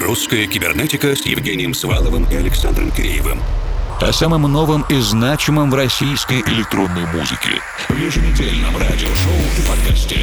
Русская кибернетика с Евгением Сваловым и Александром Киреевым. О самом новом и значимом в российской электронной музыке в еженедельном радиошоу и подкасте.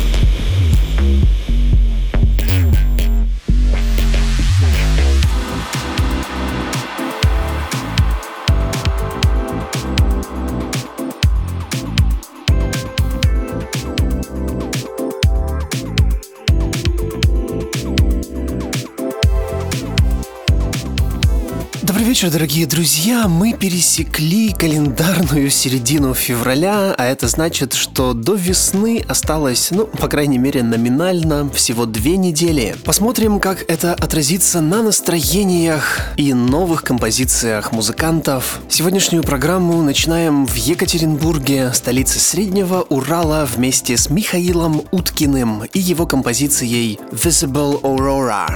Добрый вечер, дорогие друзья. Мы пересекли календарную середину февраля, а это значит, что до весны осталось, по крайней мере, номинально всего 2 недели. Посмотрим, как это отразится на настроениях и новых композициях музыкантов. Сегодняшнюю программу начинаем в Екатеринбурге, столице Среднего Урала, вместе с Михаилом Уткиным и его композицией Visible Aurora.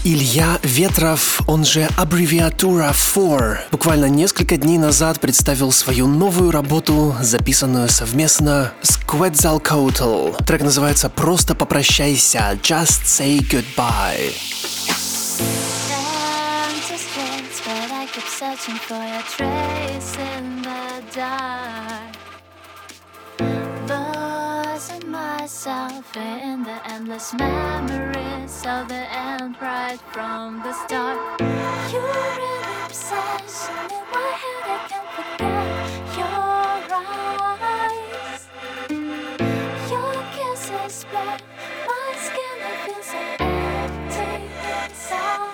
Илья Ветров, он же аббревиатура 4, буквально несколько дней назад представил свою новую работу, записанную совместно с Quetzalcoatl. Трек называется «Просто попрощайся», «Just say goodbye». Searching for your trace in the dark, losing myself in the endless memories of the end right from the start. You're an obsession in my head, I can't forget your eyes. Your kisses burn my skin, I feel so empty inside.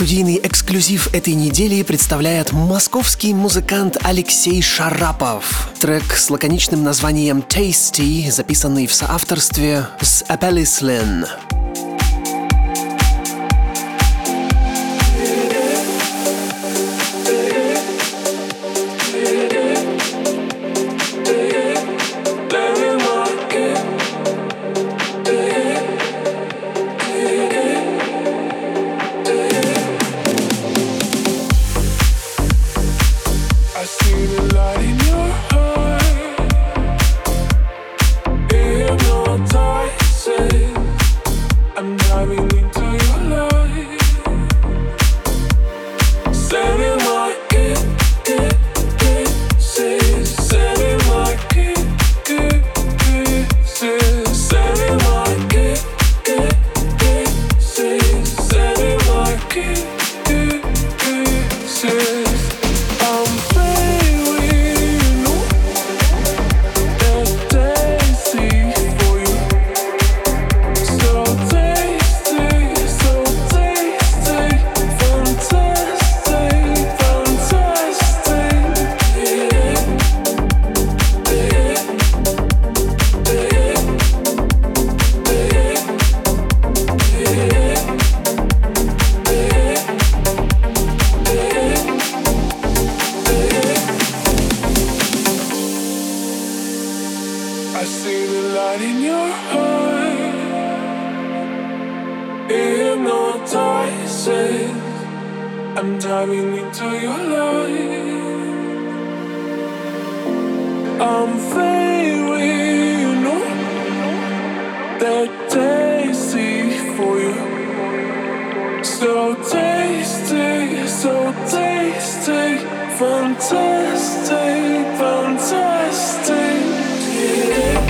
студийный эксклюзив этой недели представляет московский музыкант Алексей Шарапов. Трек с лаконичным названием «Tasty», записанный в соавторстве с Апеллислен. I'm diving into your life. I'm very, you know, that tasty for you. So tasty, so tasty, fantastic, fantastic. Yeah.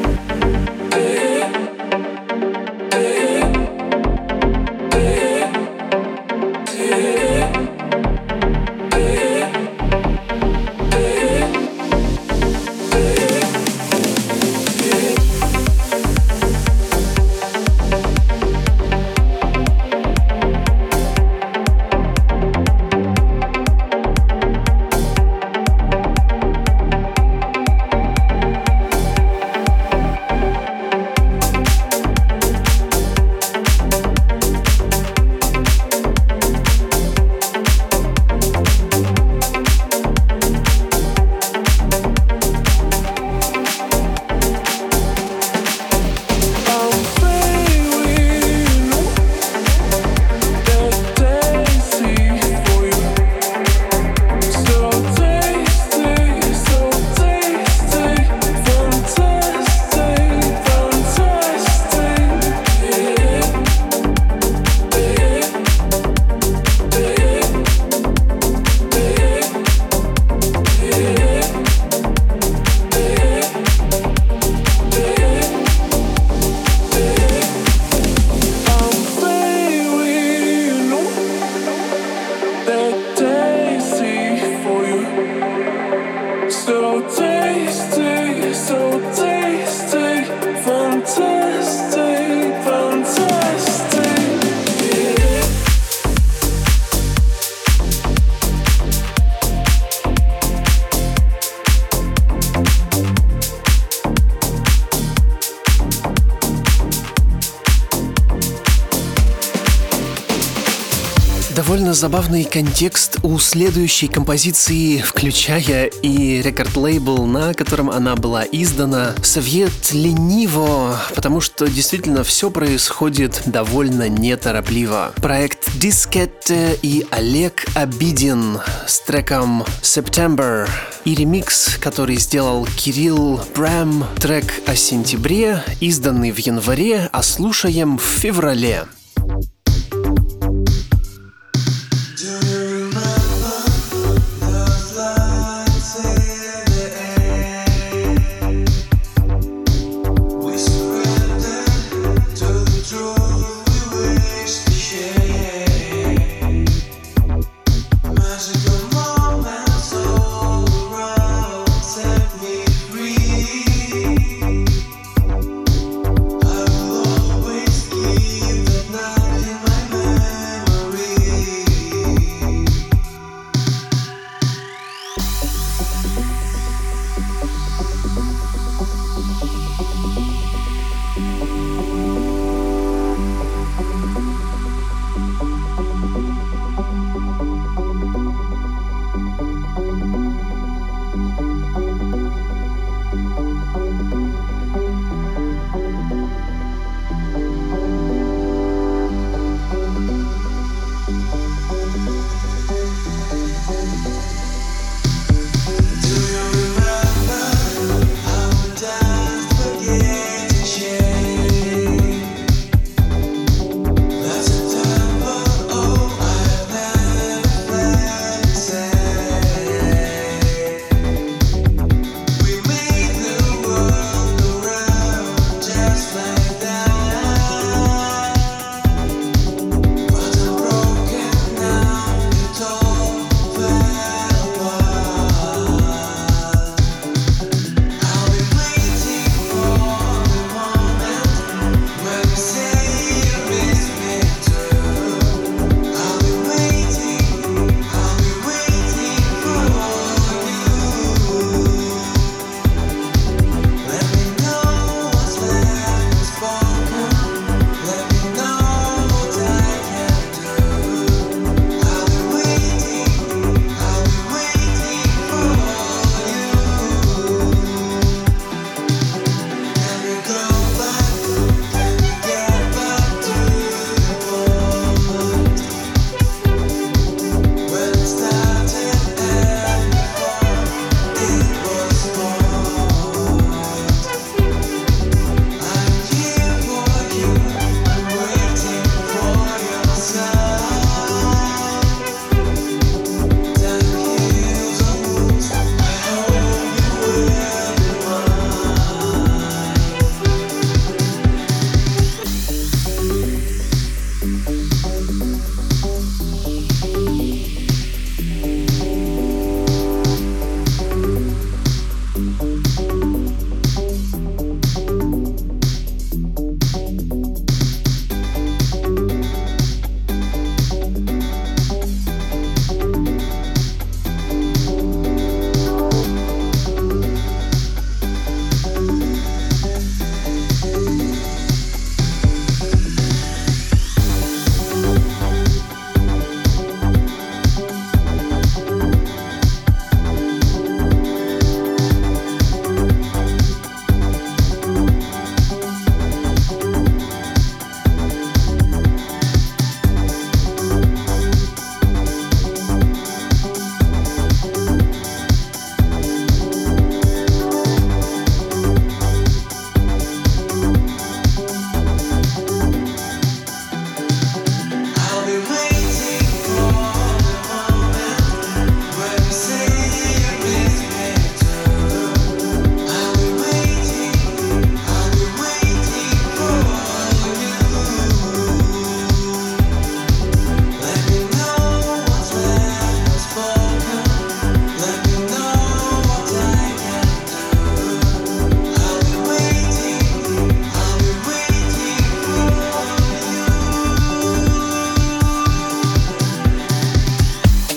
Довольно забавный контекст у следующей композиции, включая и рекорд-лейбл, на котором она была издана. Совет лениво, потому что действительно все происходит довольно неторопливо. Проект Diskette и Олег Обидин с треком September и ремикс, который сделал Кирилл Брэм. Трек о сентябре, изданный в январе, а слушаем в феврале. That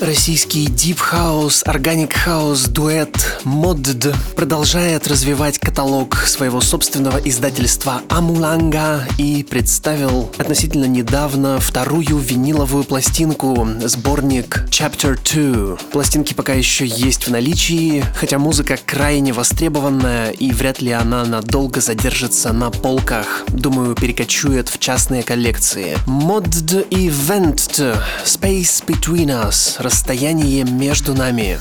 Российский Deep House, Organic House дуэт Modded продолжает развивать каталог своего собственного издательства Амуланга и представил относительно недавно вторую виниловую пластинку, сборник Chapter 2. Пластинки пока еще есть в наличии, хотя музыка крайне востребованная и вряд ли она надолго задержится на полках. Думаю, перекочует в частные коллекции. Modded и Vented, Space Between Us, расстояние между нами.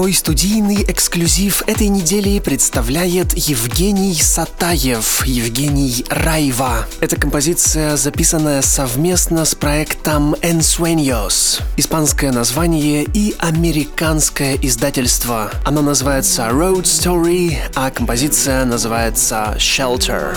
Свой студийный эксклюзив этой недели представляет Евгений Сатаев, Евгений Райва. Эта композиция, записанная совместно с проектом Ensueños. Испанское название и американское издательство. Оно называется Road Story, а композиция называется Shelter.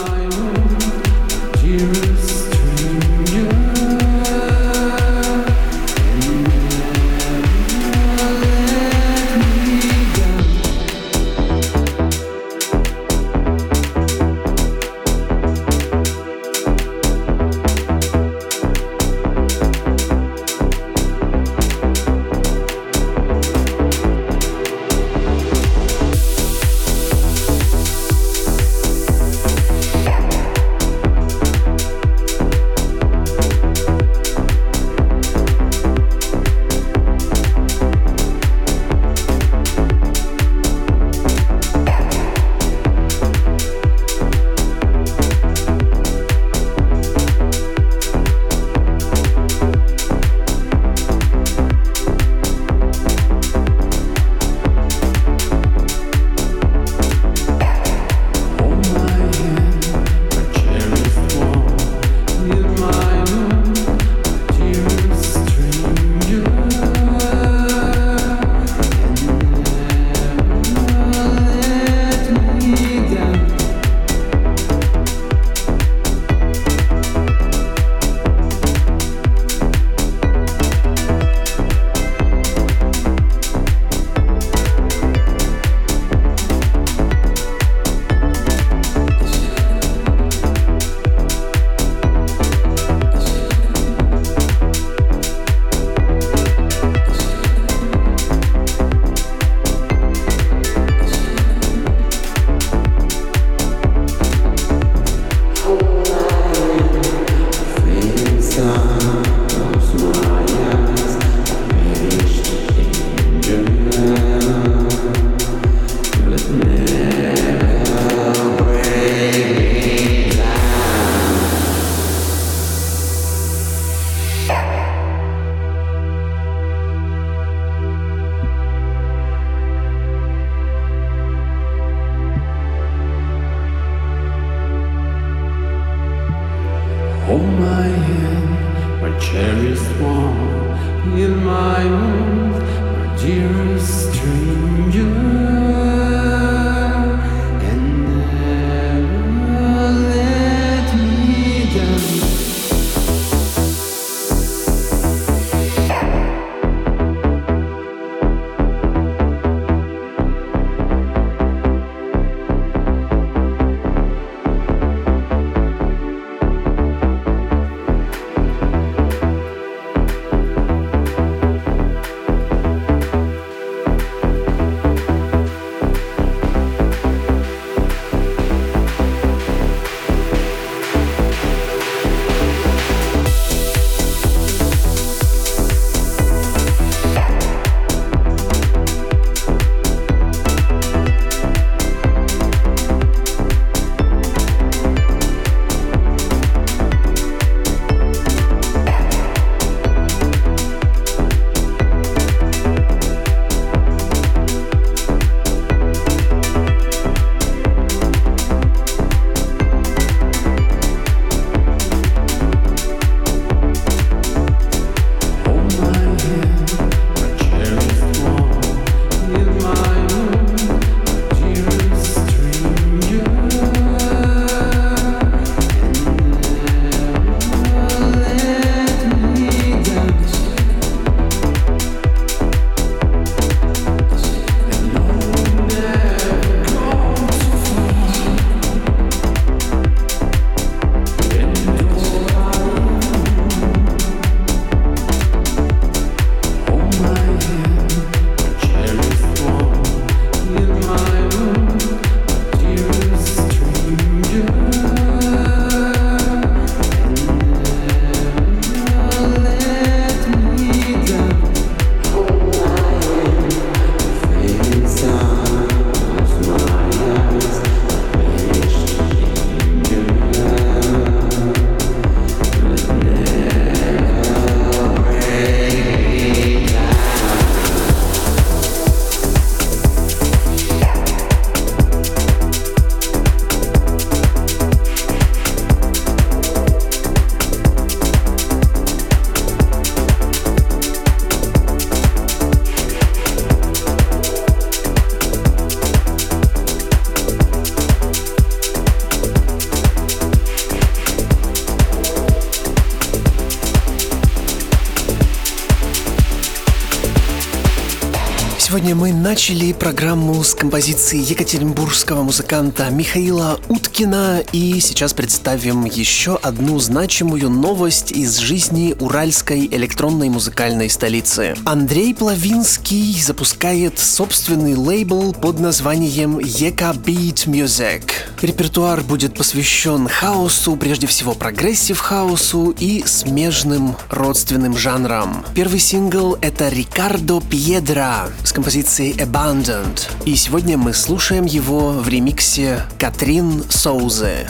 Сегодня мы начали программу с композиции екатеринбургского музыканта Михаила Уткина, и сейчас представим еще одну значимую новость из жизни уральской электронной музыкальной столицы. Андрей Плавинский запускает собственный лейбл под названием Ека Beat Music. Репертуар будет посвящен хаосу, прежде всего прогрессив хаосу и смежным родственным жанрам. Первый сингл — это Рикардо Пьедра с композицией Abandoned. И сегодня мы слушаем его в ремиксе Катрин Соузе.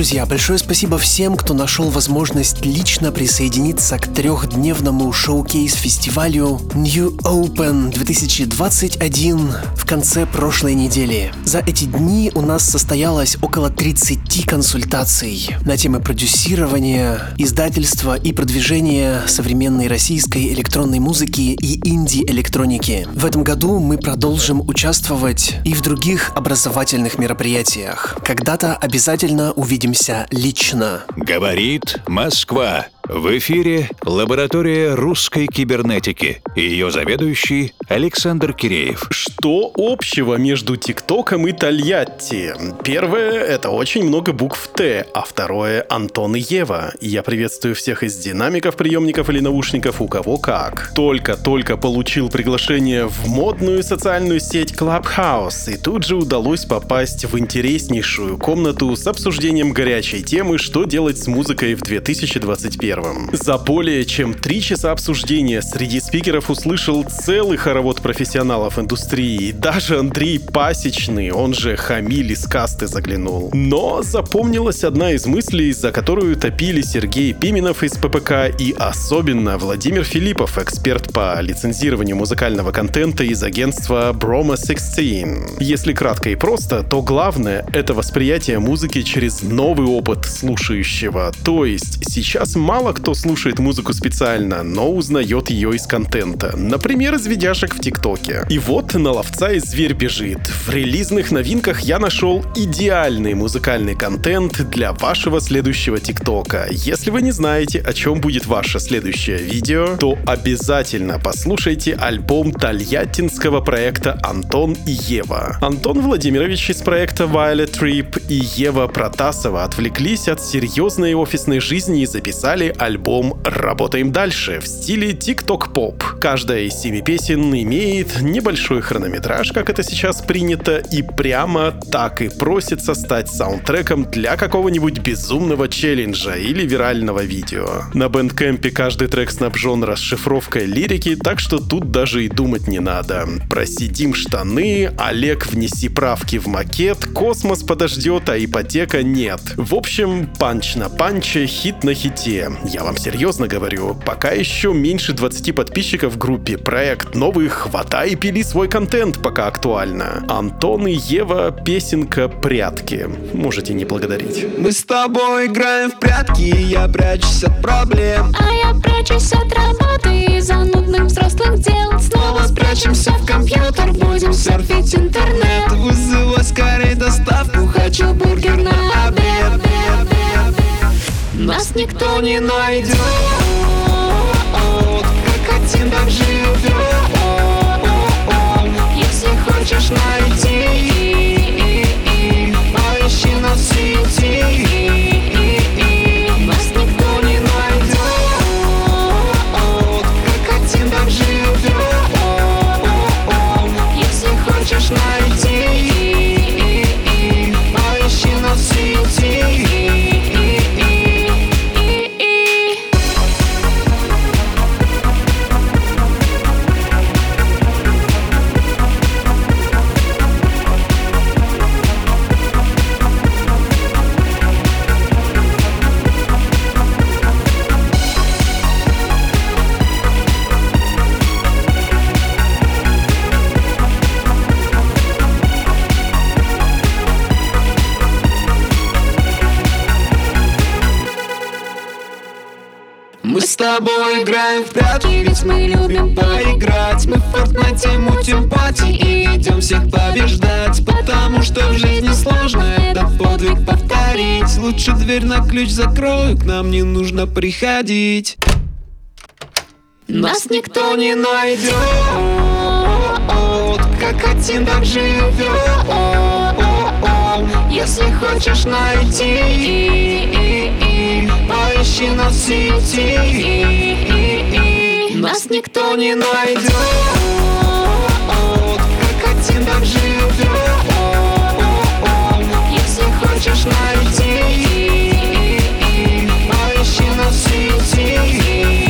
друзья, большое спасибо всем, кто нашел возможность лично присоединиться к 3-дневному шоу-кейс-фестивалю New Open 2021 в конце прошлой недели. За эти дни у нас состоялось около 30 консультаций на темы продюсирования, издательства и продвижения современной российской электронной музыки и инди-электроники. В этом году мы продолжим участвовать и в других образовательных мероприятиях. Когда-то обязательно увидимся лично. Говорит Москва. В эфире лаборатория русской кибернетики. Ее заведующий Александр Киреев. Что общего между ТикТоком и Тольятти? Первое — это очень много букв Т, а второе — Антон и Ева. Я приветствую всех из динамиков, приемников или наушников, у кого как. Только получил приглашение в модную социальную сеть Clubhouse, и тут же удалось попасть в интереснейшую комнату с обсуждением горячей темы «Что делать с музыкой в 2021». За более чем 3 часа обсуждения среди спикеров услышал целый хоровод профессионалов индустрии. Даже Андрей Пасечный, он же Хамиль из касты, заглянул. Но запомнилась одна из мыслей, за которую топили Сергей Пименов из ППК и особенно Владимир Филиппов, эксперт по лицензированию музыкального контента из агентства Broma 16. Если кратко и просто, то главное — это восприятие музыки через новый опыт слушающего. То есть сейчас мало кто слушает музыку специально, но узнает ее из контента. Например, из видяшек в ТикТоке. И вот на ловца и зверь бежит. В релизных новинках я нашел идеальный музыкальный контент для вашего следующего ТикТока. Если вы не знаете, о чем будет ваше следующее видео, то обязательно послушайте альбом тольяттинского проекта «Антон и Ева». Антон Владимирович из проекта Violet Trip и Ева Протасова отвлеклись от серьезной офисной жизни и записали альбом «Работаем дальше» в стиле TikTok-поп. Каждая из 7 песен имеет небольшой хронометраж, как это сейчас принято, и прямо так и просится стать саундтреком для какого-нибудь безумного челленджа или вирального видео. На Bandcamp'е каждый трек снабжен расшифровкой лирики, так что тут даже и думать не надо. Просидим штаны, Олег внеси правки в макет, космос подождет, а ипотека нет. В общем, панч на панче, хит на хите. Я вам серьезно говорю, пока еще меньше 20 подписчиков в группе. Проект новый, хватай и пили свой контент, пока актуально. Антон и Ева, песенка «Прятки». Можете не благодарить. Мы с тобой играем в прятки, я прячусь от проблем. А я прячусь от работы и занудных взрослых дел. Снова спрячемся в компьютер, будем серфить интернет. Вызывай скорее доставку, хочу бургер на обед. Нас никто не найдет. Как один так живет. Если хочешь найти, поищи нас в сети. нас никто не найдет. Как один так живет. Если хочешь найти, поищи нас в сети. Мы с тобой играем в прятки, ведь мы любим поиграть. Мы в Фортнайте мутим пати и идем всех побеждать. Потому что в жизни сложно этот подвиг повторить. Лучше дверь на ключ закрою, к нам не нужно приходить. Нас никто не найдет. Как один так живет. Если хочешь найти, поищи нас в сети. Нас никто не найдет. Как один так живет. Если хочешь найти, поищи нас в сети.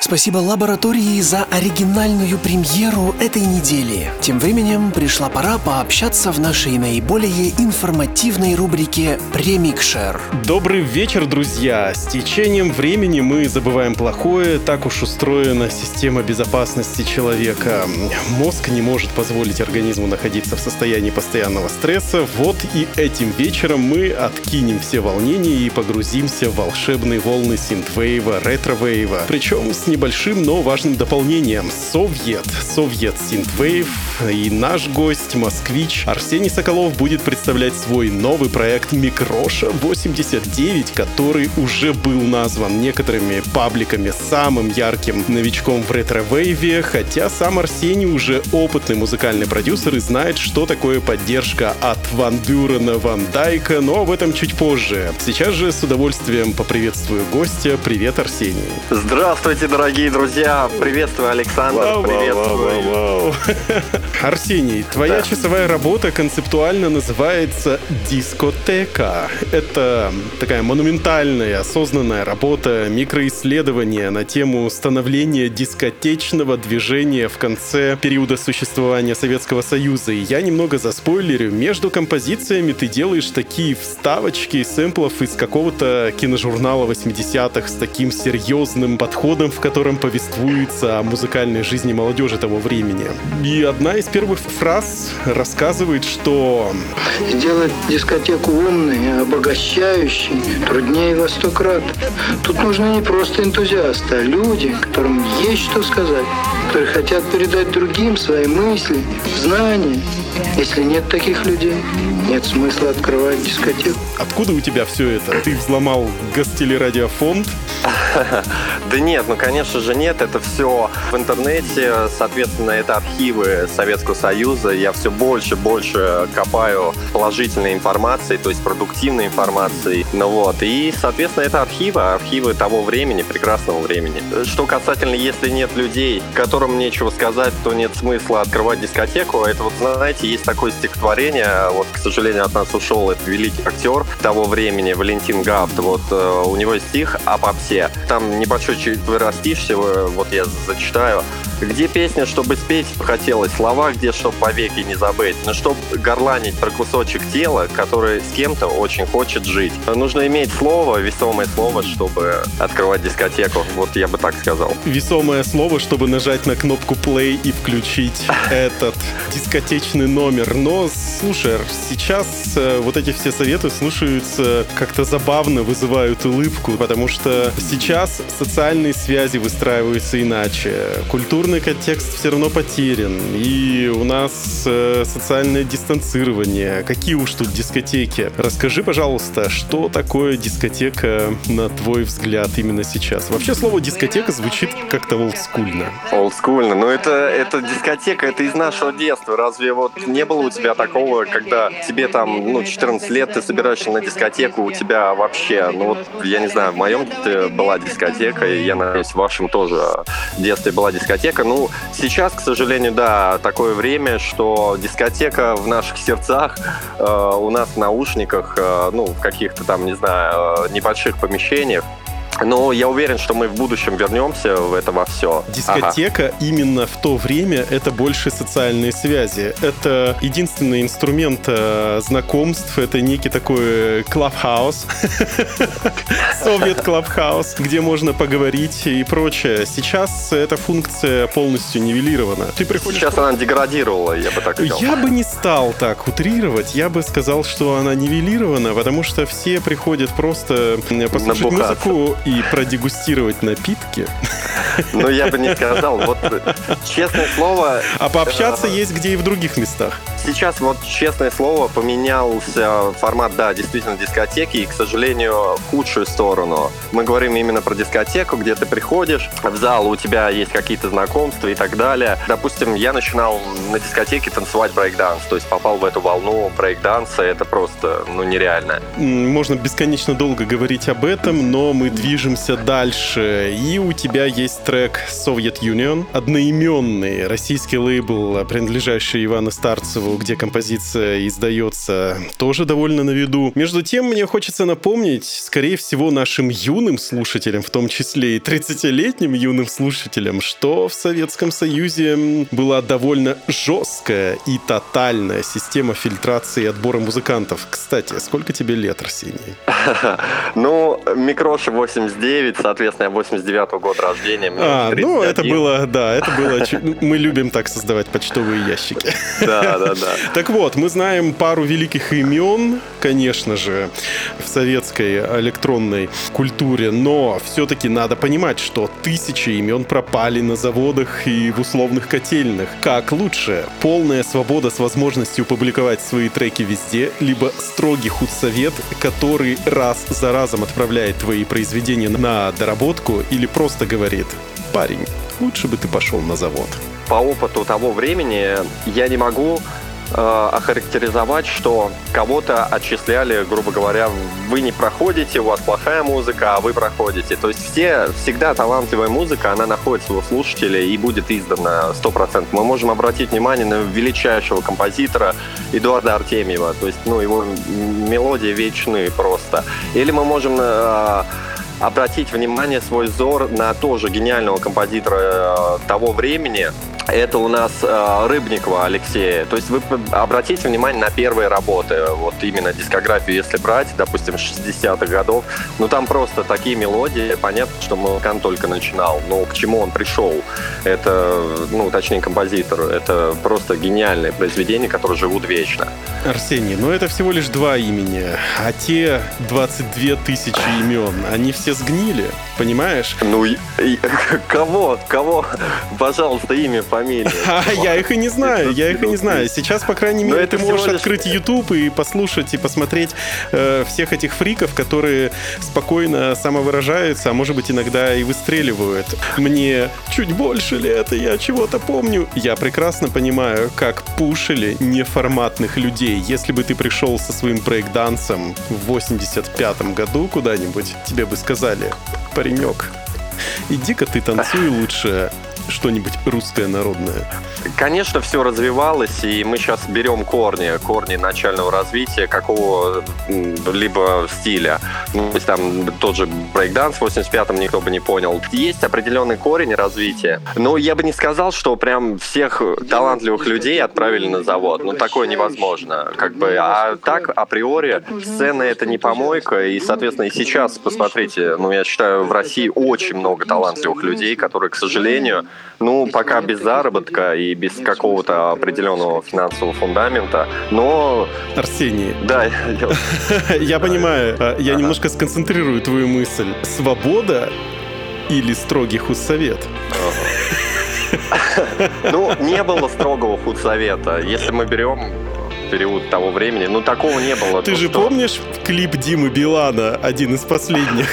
Спасибо лаборатории за оригинальную премьеру этой недели. Тем временем пришла пора пообщаться в нашей наиболее информативной рубрике «Премикшер». Добрый вечер, друзья! С течением времени мы забываем плохое, так уж устроена система безопасности человека. Мозг не может позволить организму находиться в состоянии постоянного стресса. Вот и этим вечером мы откинем все волнения и погрузимся в волшебные волны синтвейва, ретровейва. Причем с небольшим, но важным дополнением. Совет синтвейв и наш гость, москвич Арсений Соколов будет представлять свой новый проект Микроша 89, который уже был назван некоторыми пабликами самым ярким новичком в ретро-вейве, хотя сам Арсений уже опытный музыкальный продюсер и знает, что такое поддержка от Ван Дюрена, Ван Дайка, но об этом чуть позже. Сейчас же с удовольствием поприветствую гостя. Привет, Арсений. Здравствуйте, дорогие друзья. Приветствую, Александр. Приветствую. Арсений, твоя часовая работа концептуально называется «Дискотека». Это такая монументальная, осознанная работа, микроисследование на тему становления дискотечного движения в конце периода существования Советского Союза. И я немного заспойлерю, между композициями ты делаешь такие вставочки сэмплов из какого-то киножурнала 80-х с таким серьезным подходом, в котором повествуется о музыкальной жизни молодежи того времени. И одна из первых фраз рассказывает, что сделать дискотеку умной, обогащающей труднее во 100 крат. Тут нужны не просто энтузиасты, а люди, которым есть что сказать, которые хотят передать другим свои мысли, знания. Если нет таких людей, нет смысла открывать дискотеку. Откуда у тебя все это? Ты взломал гостелерадиофонд? Да нет, ну конечно же нет, это все в интернете, соответственно, это архивы Советского Союза, я все больше копаю положительной информации, то есть продуктивной информации, ну вот, и, соответственно, это архивы того времени, прекрасного времени. Что касательно, если нет людей, которым нечего сказать, то нет смысла открывать дискотеку, это вот, знаете, есть такое стихотворение, вот, к сожалению, от нас ушел этот великий актер того времени, Валентин Гафт, вот, у него есть стих о попсе. Там небольшой чуть вырастишься, вот я зачитаю. Где песня, чтобы спеть хотелось, слова, где чтоб повеки не забыть, но чтоб горланить про кусочек тела, который с кем-то очень хочет жить. Нужно иметь слово, весомое слово, чтобы открывать дискотеку. Вот я бы так сказал. Весомое слово, чтобы нажать на кнопку play и включить этот дискотечный номер. Но, слушай, сейчас вот эти все советы слушаются как-то забавно, вызывают улыбку, потому что сейчас социальные связи выстраиваются иначе. Культурный контекст все равно потерян. И у нас социальное дистанцирование. Какие уж тут дискотеки. Расскажи, пожалуйста, что такое дискотека, на твой взгляд, именно сейчас? Вообще слово дискотека звучит как-то олдскульно. Олдскульно? Ну это дискотека, это из нашего детства. Разве вот не было у тебя такого, когда тебе там, 14 лет, ты собираешься на дискотеку, у тебя вообще, я не знаю, в моем детстве была дискотека, и я надеюсь, в вашем тоже детстве была дискотека. Сейчас, к сожалению, да, такое время, что дискотека в наших сердцах, у нас в наушниках, в каких-то там, не знаю, небольших помещениях. Но я уверен, что мы в будущем вернемся в это во все. Дискотека именно в то время это больше социальные связи. Это единственный инструмент знакомств. Это некий такой клабхаус. Совет клабхаус, где можно поговорить и прочее. Сейчас эта функция полностью нивелирована. Ты приходишь... Сейчас она деградировала, я бы так сказал. Я бы не стал так утрировать. Я бы сказал, что она нивелирована, потому что все приходят просто послушать музыку и продегустировать напитки. Ну, я бы не сказал. Вот, честное слово... А пообщаться есть где и в других местах. Сейчас, вот, честное слово, поменялся формат, да, действительно, дискотеки, и, к сожалению, в худшую сторону. Мы говорим именно про дискотеку, где ты приходишь в зал, у тебя есть какие-то знакомства и так далее. Допустим, я начинал на дискотеке танцевать брейк-данс, то есть попал в эту волну брейк-данса, это просто, нереально. Можно бесконечно долго говорить об этом, но мы движемся дальше, и у тебя есть трек Soviet Union, одноименный российский лейбл, принадлежащий Ивану Старцеву, где композиция издается, тоже довольно на виду. Между тем, мне хочется напомнить, скорее всего, нашим юным слушателям, в том числе и 30-летним юным слушателям, что в Советском Союзе была довольно жесткая и тотальная система фильтрации и отбора музыкантов. Кстати, сколько тебе лет, Арсений? Ну, Микроша 89, соответственно, я 89-го года рождения. Ну, это было, мы любим так создавать почтовые ящики. Да. Так вот, мы знаем пару великих имен, конечно же, в советской электронной культуре, но все-таки надо понимать, что тысячи имен пропали на заводах и в условных котельных. Как лучше? Полная свобода с возможностью публиковать свои треки везде, либо строгий худсовет, который раз за разом отправляет твои произведения на доработку или просто говорит: парень, лучше бы ты пошел на завод. По опыту того времени я не могу охарактеризовать, что кого-то отчисляли, грубо говоря, вы не проходите, у вас плохая музыка, а вы проходите. То есть всегда талантливая музыка, она находит своего слушателя и будет издана 100%. Мы можем обратить внимание на величайшего композитора Эдуарда Артемьева. То есть, его мелодии вечны просто. Или мы можем обратить внимание, свой взор на тоже гениального композитора того времени. Это у нас Рыбникова Алексея. То есть вы обратите внимание на первые работы. Вот именно дискографию, если брать, допустим, 60-х годов. Там просто такие мелодии. Понятно, что музыкант только начинал. Но к чему он пришел? Это, точнее, композитор. Это просто гениальные произведения, которые живут вечно. Арсений, это всего лишь 2 имени. А те 22 тысячи имен, они все сгнили, понимаешь? Кого? Пожалуйста, имя, фамилия. Я их и не знаю. Сейчас, по крайней мере, ты можешь открыть YouTube и послушать, и посмотреть всех этих фриков, которые спокойно самовыражаются, а может быть, иногда и выстреливают. Мне чуть больше лет, и я чего-то помню. Я прекрасно понимаю, как пушили неформатных людей. Если бы ты пришел со своим брейк-дансом в 85-м году куда-нибудь, тебе бы сказали: паренек, иди-ка ты танцуй лучше что-нибудь русское народное. Конечно, все развивалось, и мы сейчас берем корни начального развития какого-либо стиля. То есть там тот же брейкданс в 85-м никто бы не понял. Есть определенный корень развития. Но я бы не сказал, что прям всех талантливых людей отправили на завод. Такое невозможно. А так, априори, сцена — это не помойка, и, соответственно, и сейчас, посмотрите, я считаю, в России очень много талантливых людей, которые, к сожалению, пока без заработка и без какого-то определенного финансового фундамента, но... Арсений. Да. Я понимаю. Я немножко сконцентрирую твою мысль. Свобода или строгий худсовет? Не было строгого худсовета. Если мы берем период того времени, такого не было. Ты же помнишь клип Димы Билана, один из последних?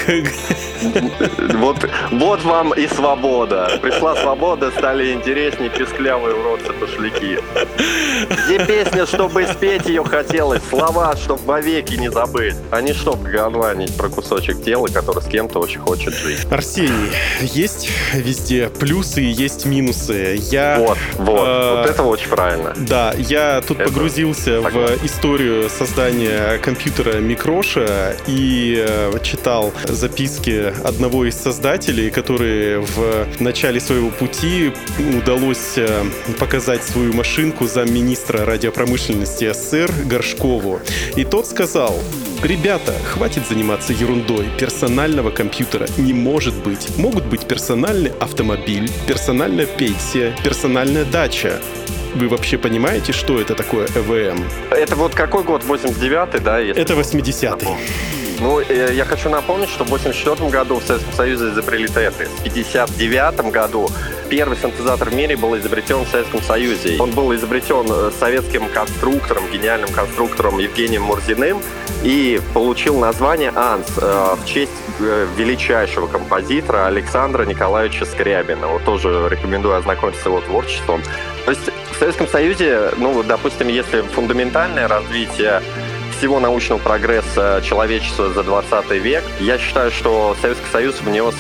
Вот вам и свобода. Пришла свобода, стали интереснее песклявые уродцы-пошляки. Где песня, чтобы спеть ее хотелось, слова, чтобы вовеки не забыть, а не чтобы горланить про кусочек тела, который с кем-то очень хочет жить. Арсений, есть везде плюсы и есть минусы. Вот это очень правильно. Да, я тут погрузился в историю создания компьютера Микроша и читал записки одного из создателей, которые в начале своего пути удалось показать свою машинку замминистра радиопромышленности СССР Горшкову. И тот сказал: ребята, хватит заниматься ерундой. Персонального компьютера не может быть. Могут быть персональный автомобиль, персональная пенсия, персональная дача. Вы вообще понимаете, что это такое ЭВМ? Это вот какой год? 89-й, да? Это 80-й. Я хочу напомнить, что в 84 году в Советском Союзе изобрели Тетрис. В 59 году первый синтезатор в мире был изобретен в Советском Союзе. Он был изобретен советским конструктором, гениальным конструктором Евгением Мурзиным и получил название АНС в честь величайшего композитора Александра Николаевича Скрябина. Тоже рекомендую ознакомиться с его творчеством. То есть в Советском Союзе, допустим, если фундаментальное развитие всего научного прогресса человечества за 20 век, я считаю, что Советский Союз внес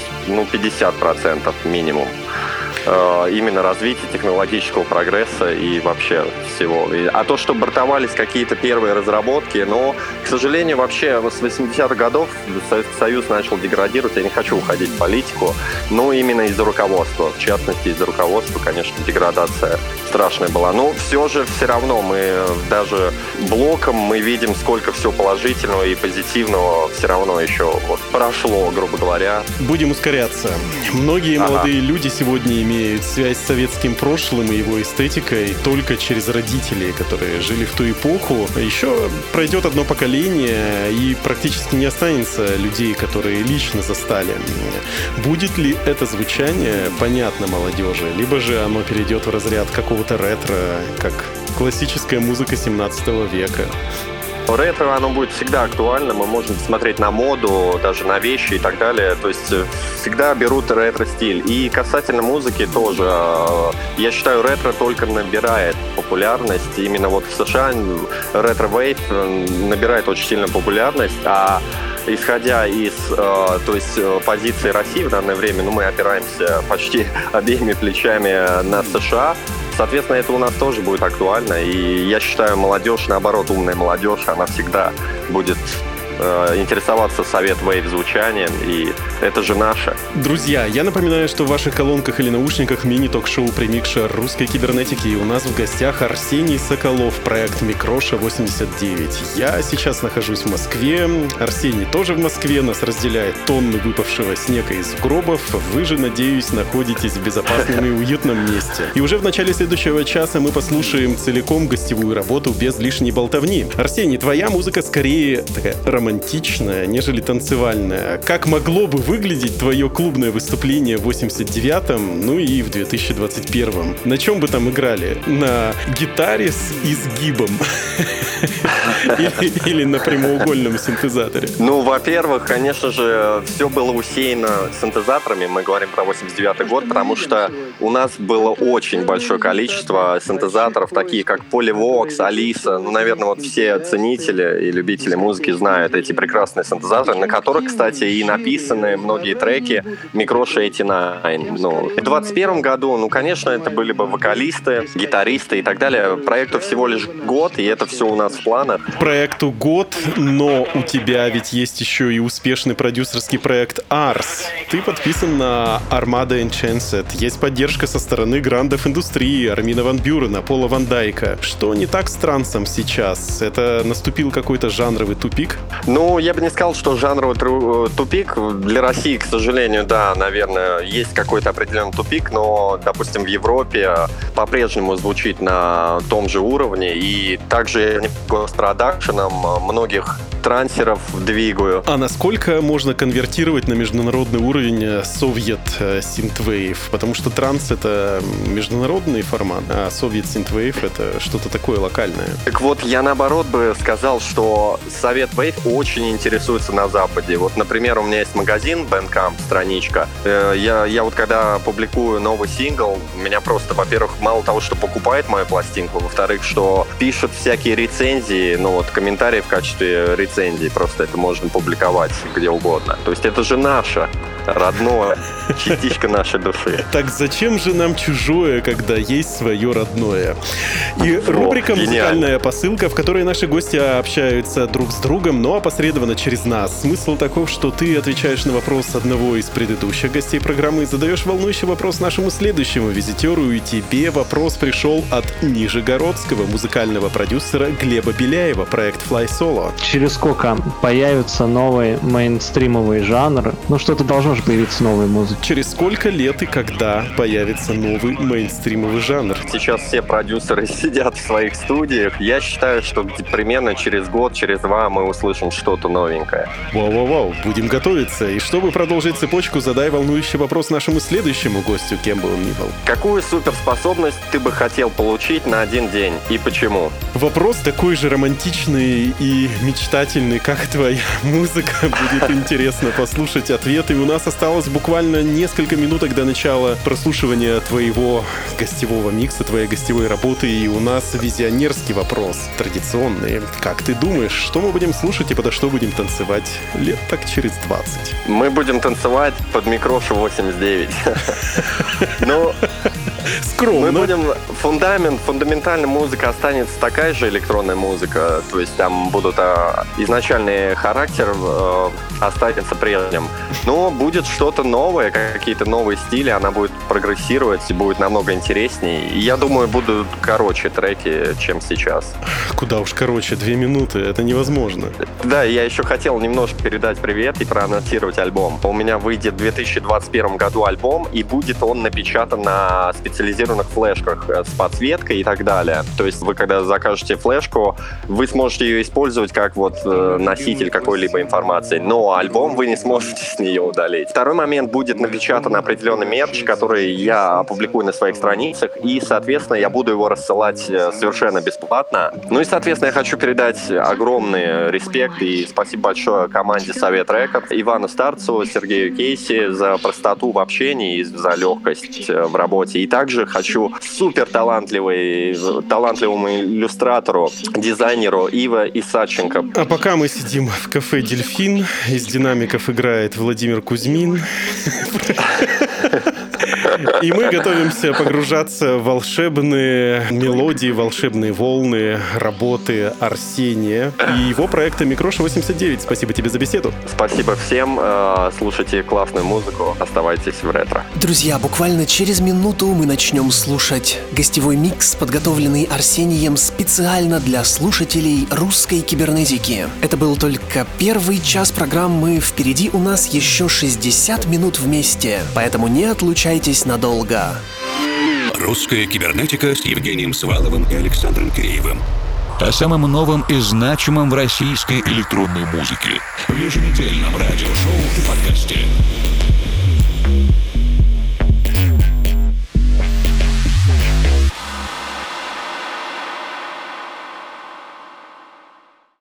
50% минимум. Именно развитие технологического прогресса и вообще всего. А то, что бортовались какие-то первые разработки, но, к сожалению, вообще с 80-х годов Советский Союз начал деградировать. Я не хочу уходить в политику, но именно из-за руководства. В частности, из-за руководства, конечно, деградация страшная была. Но все равно мы даже блоком мы видим, сколько всего положительного и позитивного все равно еще прошло, грубо говоря. Будем ускоряться. Многие молодые люди сегодня имеют связь с советским прошлым и его эстетикой только через родителей, которые жили в ту эпоху. Еще пройдет одно поколение, и практически не останется людей, которые лично застали. Будет ли это звучание понятно молодежи, либо же оно перейдет в разряд какого-то ретро, как классическая музыка 17 века? Ретро, оно будет всегда актуально, мы можем смотреть на моду, даже на вещи и так далее, то есть всегда берут ретро-стиль. И касательно музыки тоже, я считаю, ретро только набирает популярность, именно в США ретро-вейв набирает очень сильно популярность, а исходя из позиции России в данное время, мы опираемся почти обеими плечами на США. Соответственно, это у нас тоже будет актуально. И я считаю, молодежь, наоборот, умная молодежь, она всегда будет интересоваться совет-вейв звучанием, и это же наше. Друзья, я напоминаю, что в ваших колонках или наушниках мини-ток-шоу «Премикшер русской кибернетики», и у нас в гостях Арсений Соколов, проект «Микроша 89». Я сейчас нахожусь в Москве, Арсений тоже в Москве, нас разделяет тонны выпавшего снега из гробов. Вы же, надеюсь, находитесь в безопасном и уютном месте. И уже в начале следующего часа мы послушаем целиком гостевую работу без лишней болтовни. Арсений, твоя музыка скорее такая романтичная, нежели танцевальная. Как могло бы выглядеть твое клубное выступление в 89-м, ну и в 2021-м? На чем бы там играли? На гитаре с изгибом? Или на прямоугольном синтезаторе? Во-первых, конечно же, все было усеяно синтезаторами. Мы говорим про 89-й год, потому что у нас было очень большое количество синтезаторов, такие как Polyvox, Alisa. Наверное, все ценители и любители музыки знают эти прекрасные синтезаторы, на которых, кстати, и написаны многие треки Microша 89. В 2021 году, конечно, это были бы вокалисты, гитаристы и так далее. Проекту всего лишь год, и это все у нас в планах. Проекту год, но у тебя ведь есть еще и успешный продюсерский проект Ars. Ты подписан на Armada Enchanted. Есть поддержка со стороны грандов индустрии, Армина Ван Бюрена, Пола Ван Дайка. Что не так с трансом сейчас? Это наступил какой-то жанровый тупик? Я бы не сказал, что жанровый тупик. Для России, к сожалению, да, наверное, есть какой-то определенный тупик, но, допустим, в Европе по-прежнему звучит на том же уровне, и также с продакшеном многих трансеров двигаю. А насколько можно конвертировать на международный уровень совет синтвейв? Потому что транс — это международный формат, а совет синтвейв — это что-то такое локальное. Так вот, я наоборот бы сказал, что совет вейв очень интересуется на Западе. Например, у меня есть магазин Bandcamp, страничка. Я когда публикую новый сингл, меня просто, во-первых, мало того, что покупает мою пластинку, во-вторых, что пишут всякие рецензии, комментарии в качестве рецензии, просто это можно публиковать где угодно. То есть это же наше, родное, частичка нашей души. Так зачем же нам чужое, когда есть свое родное? И рубрика «Музыкальная посылка», в которой наши гости общаются друг с другом, но опосредованно через нас. Смысл таков, что ты отвечаешь на вопрос одного из предыдущих гостей программы и задаешь волнующий вопрос нашему следующему визитеру, и тебе вопрос пришел от нижегородского музыкального продюсера Глеба Беляева, проект Fly Solo. Через сколько появится новый мейнстримовый жанр? Что-то должно же появиться новой музыки. Через сколько лет и когда появится новый мейнстримовый жанр? Сейчас все продюсеры сидят в своих студиях. Я считаю, что примерно через год, через два мы услышим что-то новенькое. Вау-вау-вау, будем готовиться. И чтобы продолжить цепочку, задай волнующий вопрос нашему следующему гостю, кем бы он ни был. Какую суперспособность ты бы хотел получить на один день и почему? Вопрос такой же романтичный и мечтательный, замечательный, как твоя музыка. Будет интересно послушать ответы. У нас осталось буквально несколько минуток до начала прослушивания твоего гостевого микса, твоей гостевой работы. И у нас визионерский вопрос, традиционный. Как ты думаешь, что мы будем слушать и подо что будем танцевать лет так через 20? Мы будем танцевать под Микрошу 89. Ну, скромно. Мы будем... Фундаментальная музыка останется такая же, электронная музыка. То есть там будут изначальный характер останется прежним. Но будет что-то новое, какие-то новые стили. Она будет прогрессировать и будет намного интереснее. И я думаю, будут короче треки, чем сейчас. Куда уж короче, 2 минуты. Это невозможно. Да, я еще хотел немножко передать привет и проанонсировать альбом. У меня выйдет в 2021 году альбом, и будет он напечатан на специализированных флешках с подсветкой и так далее. То есть вы, когда закажете флешку, вы сможете ее использовать как вот носитель какой-либо информации, но альбом вы не сможете с нее удалить. Второй момент: будет напечатан определенный мерч, который я опубликую на своих страницах, и, соответственно, я буду его рассылать совершенно бесплатно. Ну и, соответственно, я хочу передать огромный респект и спасибо большое команде Совет Рекорд, Ивану Старцеву, Сергею Кейси за простоту в общении и за легкость в работе. И также хочу супер талантливому иллюстратору, дизайнеру Ива Исаченко. А пока мы сидим в кафе «Дельфин», из динамиков играет Владимир Кузьмин. И мы готовимся погружаться в волшебные мелодии, волшебные волны работы Арсения и его проекта «Микроша 89». Спасибо тебе за беседу. Спасибо всем. Слушайте классную музыку. Оставайтесь в ретро. Друзья, буквально через минуту мы начнем слушать гостевой микс, подготовленный Арсением специально для слушателей русской кибернетики. Это был только первый час программы. Впереди у нас еще 60 минут вместе, поэтому не отлучайтесь надолго. Русская кибернетика с Евгением Сваловым и Александром Киреевым. О самом новом и значимом в российской электронной музыке. В еженедельном радиошоу и подкасте.